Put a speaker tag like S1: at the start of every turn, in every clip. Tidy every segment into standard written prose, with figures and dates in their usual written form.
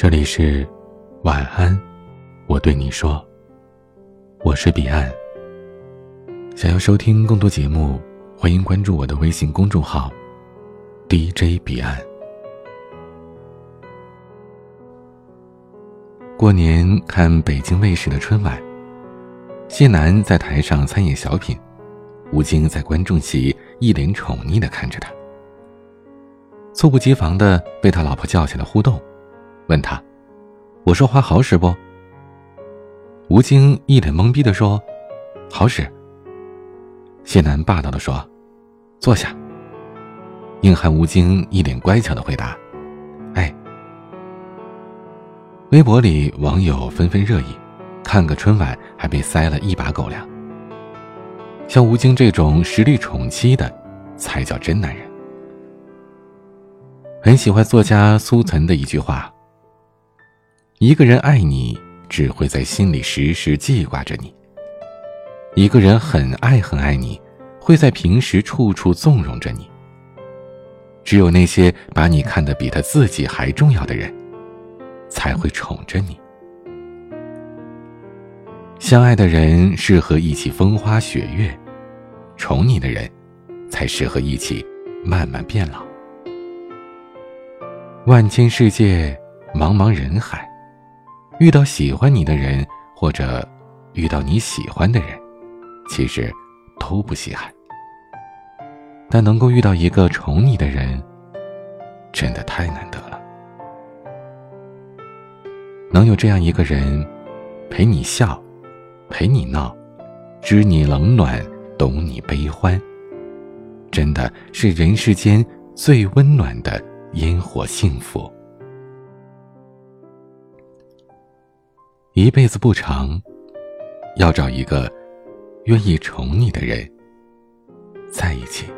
S1: 这里是晚安，我对你说，我是彼岸。想要收听更多节目，欢迎关注我的微信公众号 DJ 彼岸。过年看北京卫视的春晚，谢楠在台上参演小品，吴京在观众席一脸宠溺地看着他，猝不及防地被他老婆叫起来互动，问他：我说话好使不？吴京一脸懵逼地说：好使。谢楠霸道地说：坐下。硬汉吴京一脸乖巧地回答：哎。微博里网友纷纷热议，看个春晚还被塞了一把狗粮。像吴京这种实力宠妻的才叫真男人。很喜欢作家苏岑的一句话：一个人爱你，只会在心里时时记挂着你；一个人很爱很爱你，会在平时处处纵容着你。只有那些把你看得比他自己还重要的人，才会宠着你。相爱的人适合一起风花雪月，宠你的人才适合一起慢慢变老。万千世界，茫茫人海，遇到喜欢你的人，或者遇到你喜欢的人，其实都不稀罕。但能够遇到一个宠你的人，真的太难得了。能有这样一个人，陪你笑，陪你闹，知你冷暖，懂你悲欢，真的是人世间最温暖的烟火幸福。一辈子不长，要找一个愿意宠你的人在一起。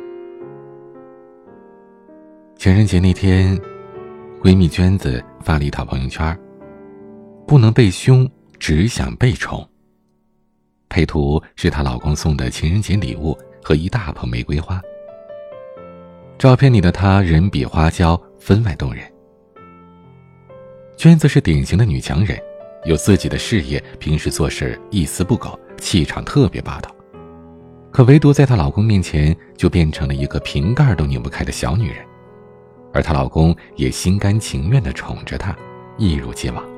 S1: 情人节那天，闺蜜娟子发了一条朋友圈：不能被凶，只想被宠。配图是她老公送的情人节礼物和一大捧玫瑰花。照片里的她人比花娇，分外动人。娟子是典型的女强人，有自己的事业，平时做事一丝不苟，气场特别霸道。可唯独在她老公面前，就变成了一个瓶盖都拧不开的小女人。而她老公也心甘情愿地宠着她，一如既往。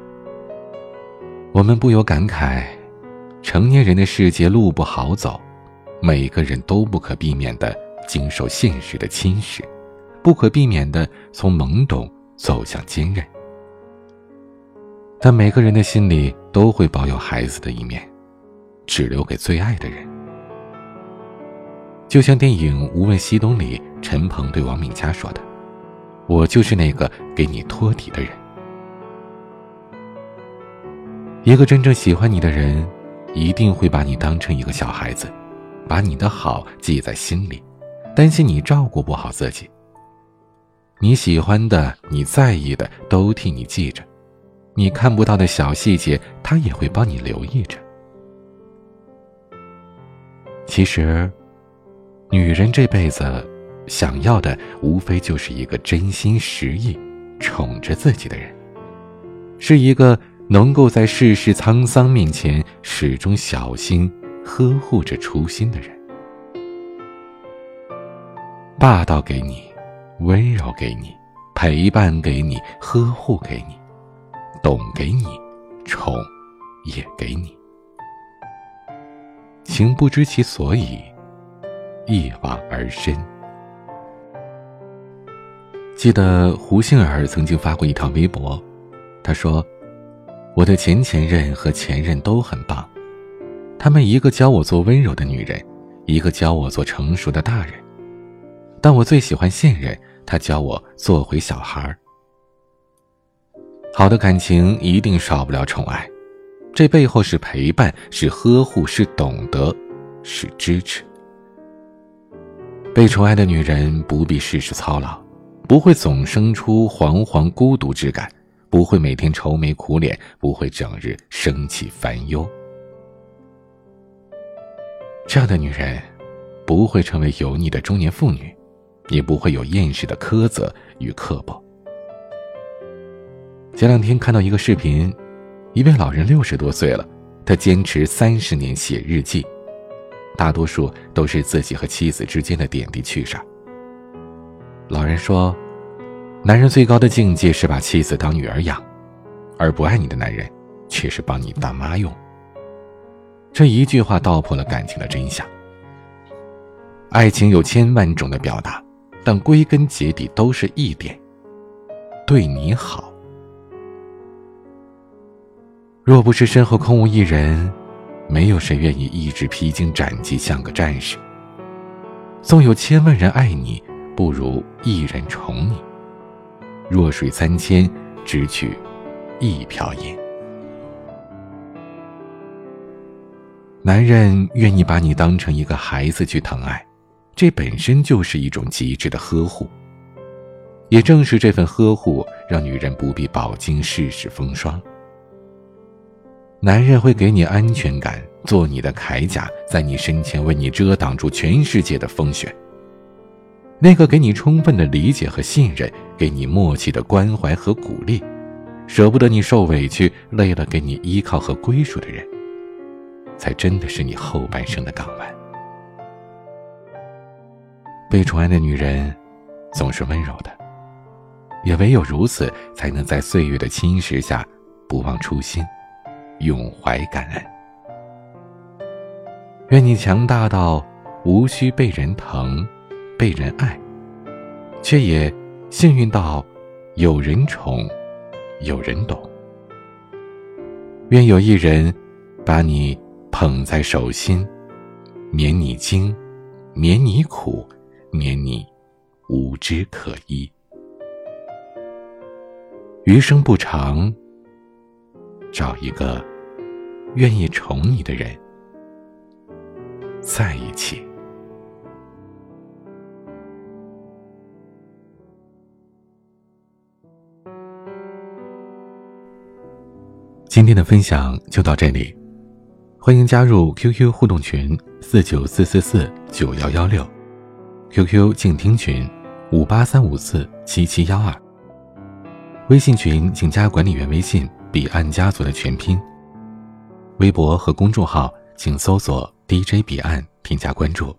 S1: 我们不由感慨，成年人的世界路不好走，每个人都不可避免地经受现实的侵蚀，不可避免地从懵懂走向坚韧。但每个人的心里都会保有孩子的一面，只留给最爱的人。就像电影《无问西东》里陈鹏对王敏佳说的：我就是那个给你托底的人。一个真正喜欢你的人，一定会把你当成一个小孩子，把你的好记在心里，担心你照顾不好自己。你喜欢的，你在意的，都替你记着。你看不到的小细节，他也会帮你留意着。其实，女人这辈子想要的无非就是一个真心实意宠着自己的人，是一个能够在世事沧桑面前始终小心呵护着初心的人。霸道给你，温柔给你，陪伴给你，呵护给你，懂给你，宠也给你。情不知其所以，一往而深。记得胡杏儿曾经发过一条微博，她说：我的前前任和前任都很棒，他们一个教我做温柔的女人，一个教我做成熟的大人，但我最喜欢现任，他教我做回小孩。好的感情一定少不了宠爱，这背后是陪伴，是呵护，是懂得，是支持。被宠爱的女人不必事事操劳，不会总生出惶惶孤独之感，不会每天愁眉苦脸，不会整日生气烦忧。这样的女人不会成为油腻的中年妇女，也不会有厌世的苛责与刻薄。 前两天看到一个视频，一位老人60多岁了，他坚持30年写日记，大多数都是自己和妻子之间的点滴趣事。老人说，男人最高的境界是把妻子当女儿养，而不爱你的男人却是帮你当妈用。这一句话道破了感情的真相。爱情有千万种的表达，但归根结底都是一点：对你好。若不是身后空无一人，没有谁愿意一直披荆斩棘像个战士。纵有千万人爱你，不如一人宠你。弱水三千，只取一瓢饮。男人愿意把你当成一个孩子去疼爱，这本身就是一种极致的呵护。也正是这份呵护，让女人不必饱经世事风霜。男人会给你安全感，做你的铠甲，在你身前为你遮挡住全世界的风雪。那个给你充分的理解和信任，给你默契的关怀和鼓励，舍不得你受委屈，累了给你依靠和归属的人，才真的是你后半生的港湾。被宠爱的女人总是温柔的，也唯有如此，才能在岁月的侵蚀下不忘初心，永怀感恩。愿你强大到无需被人疼，被人爱，却也幸运到有人宠，有人懂。愿有一人把你捧在手心，免你惊，免你苦，免你无枝可依。余生不长，找一个愿意宠你的人在一起。今天的分享就到这里，欢迎加入 QQ 互动群494449116， QQ 静听群583547712，微信群请加管理员微信彼岸家族的全拼，微博和公众号请搜索 DJ 彼岸添加关注。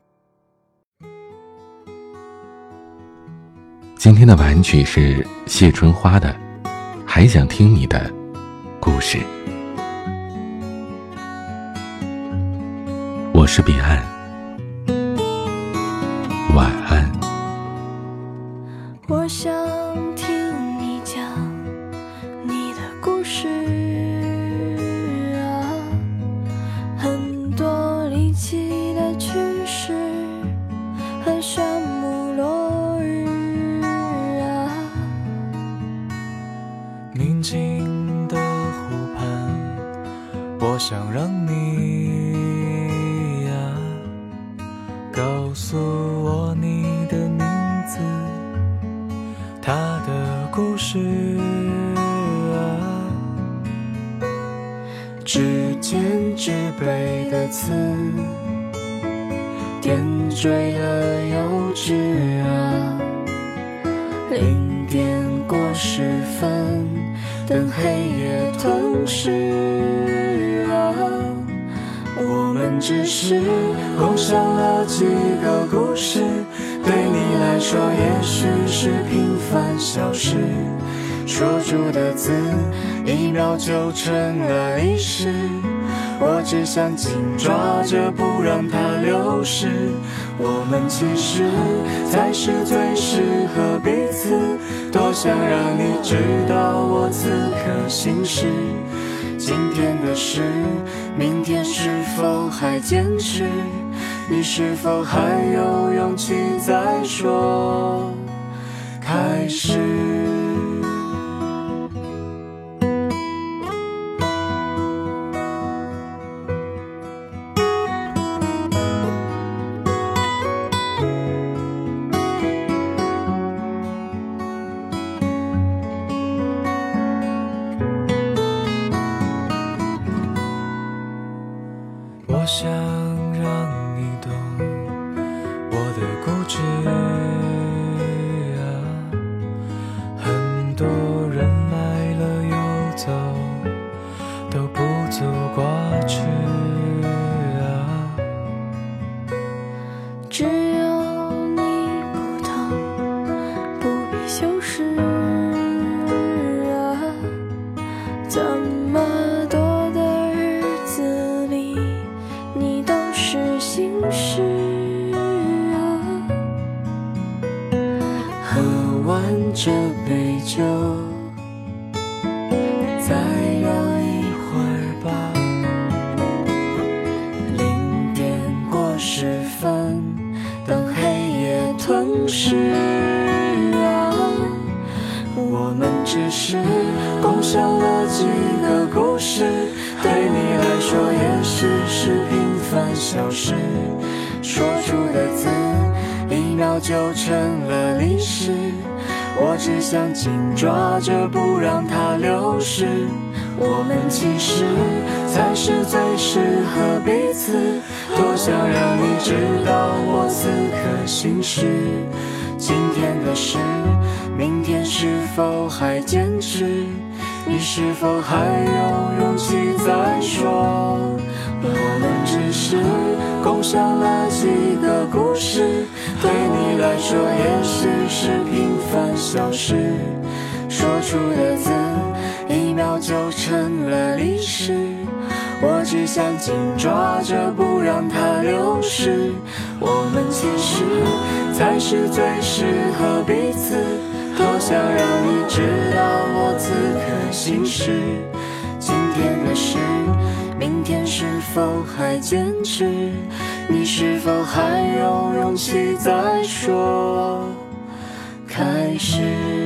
S1: 今天的晚安曲是谢春花的《还想听你的故事》。我是彼岸，晚安。
S2: 我想听你讲你的故事啊，很多离奇的趣事和山木落日啊，
S3: 宁静的湖畔，我想让你呀告诉我你的名字，他的故事啊，指尖纸背的刺，点缀了幼稚啊，零点过10分，等黑夜吞噬啊，我们只是共享了几个故事，对你来说也许是平凡小事，说出的字1秒就成了历史，我只想紧抓着不让它流逝，我们其实才是最适合彼此，多想让你知道我此刻心事，今天的事明天是否还坚持，你是否还有勇气再说开始。我想让你懂我的固执啊，很多人来了又
S2: 只有你不懂，不必修饰啊。这么多的日子里，你都是心事啊。
S3: 喝完这杯酒，再聊一会儿吧。0点过10分，等黑夜吞噬啊。我们只是共享了几个故事，对你来说也许是平凡小事。说出的字1秒就成了历史，我只想紧抓着不让它流逝。我们其实才是最适合彼此，多想让你知道我此刻心事。今天的事，明天是否还坚持？你是否还有勇气再说？我们只是共享了几个故事，对你来说也许是平凡小事。说出的字1秒就成了历史，我只想紧抓着不让它流逝。我们其实才是最适合彼此，多想让你知道我此刻心事。今天的事，明天是否还坚持？你是否还有勇气再说？开始